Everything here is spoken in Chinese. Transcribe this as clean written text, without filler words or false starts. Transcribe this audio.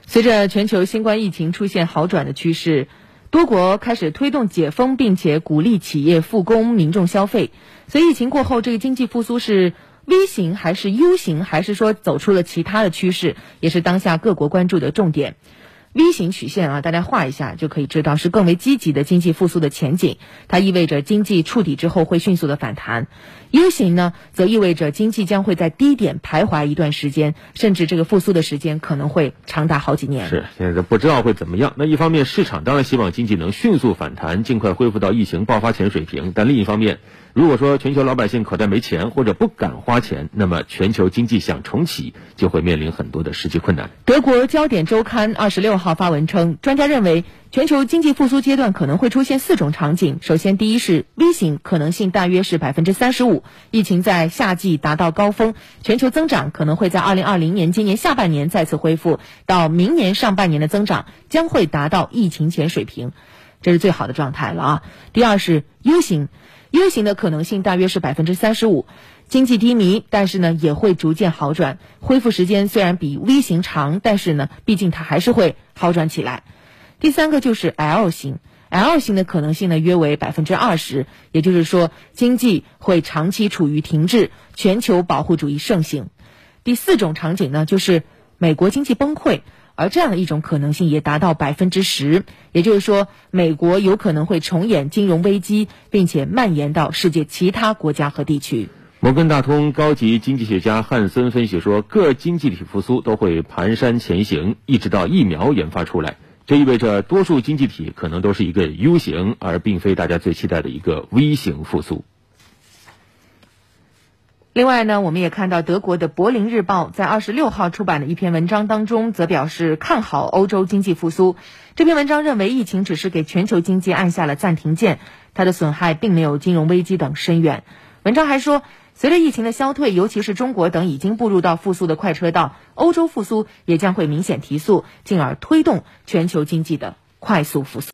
随着全球新冠疫情出现好转的趋势，多国开始推动解封，并且鼓励企业复工、民众消费。所以疫情过后，这个经济复苏是 V 型还是 U 型，还是说走出了其他的趋势，也是当下各国关注的重点。V 型曲线啊，大家画一下就可以知道是更为积极的经济复苏的前景，它意味着经济触底之后会迅速的反弹。U 型呢，则意味着经济将会在低点徘徊一段时间，甚至这个复苏的时间可能会长达好几年。 是，现在不知道会怎么样。那一方面，市场当然希望经济能迅速反弹，尽快恢复到疫情爆发前水平，但另一方面，如果说全球老百姓口袋没钱或者不敢花钱，那么全球经济想重启就会面临很多的实际困难。 德国焦点周刊26号发文称，专家认为全球经济复苏阶段可能会出现4种场景。首先，第一是 V 型，可能性大约是 35%， 疫情在夏季达到高峰，全球增长可能会在2020年今年下半年再次恢复，到明年上半年的增长将会达到疫情前水平，这是最好的状态了啊。第二是 U 型，U 型的可能性大约是 35%， 经济低迷，但是呢也会逐渐好转，恢复时间虽然比 V 型长，但是呢毕竟它还是会好转起来。第三个就是 L 型，L 型的可能性呢约为 20%， 也就是说经济会长期处于停滞，全球保护主义盛行。第4种场景呢就是美国经济崩溃，而这样的一种可能性也达到 10%， 也就是说美国有可能会重演金融危机，并且蔓延到世界其他国家和地区。 摩根大通高级经济学家汉森分析说，各经济体复苏都会蹒跚前行，一直到疫苗研发出来。这意味着多数经济体可能都是一个 U 型，而并非大家最期待的一个 V 型复苏。 另外呢，我们也看到德国的柏林日报在26号出版的一篇文章当中，则表示看好欧洲经济复苏。这篇文章认为，疫情只是给全球经济按下了暂停键，它的损害并没有金融危机等深远。文章还说，随着疫情的消退，尤其是中国等已经步入到复苏的快车道，欧洲复苏也将会明显提速，进而推动全球经济的快速复苏。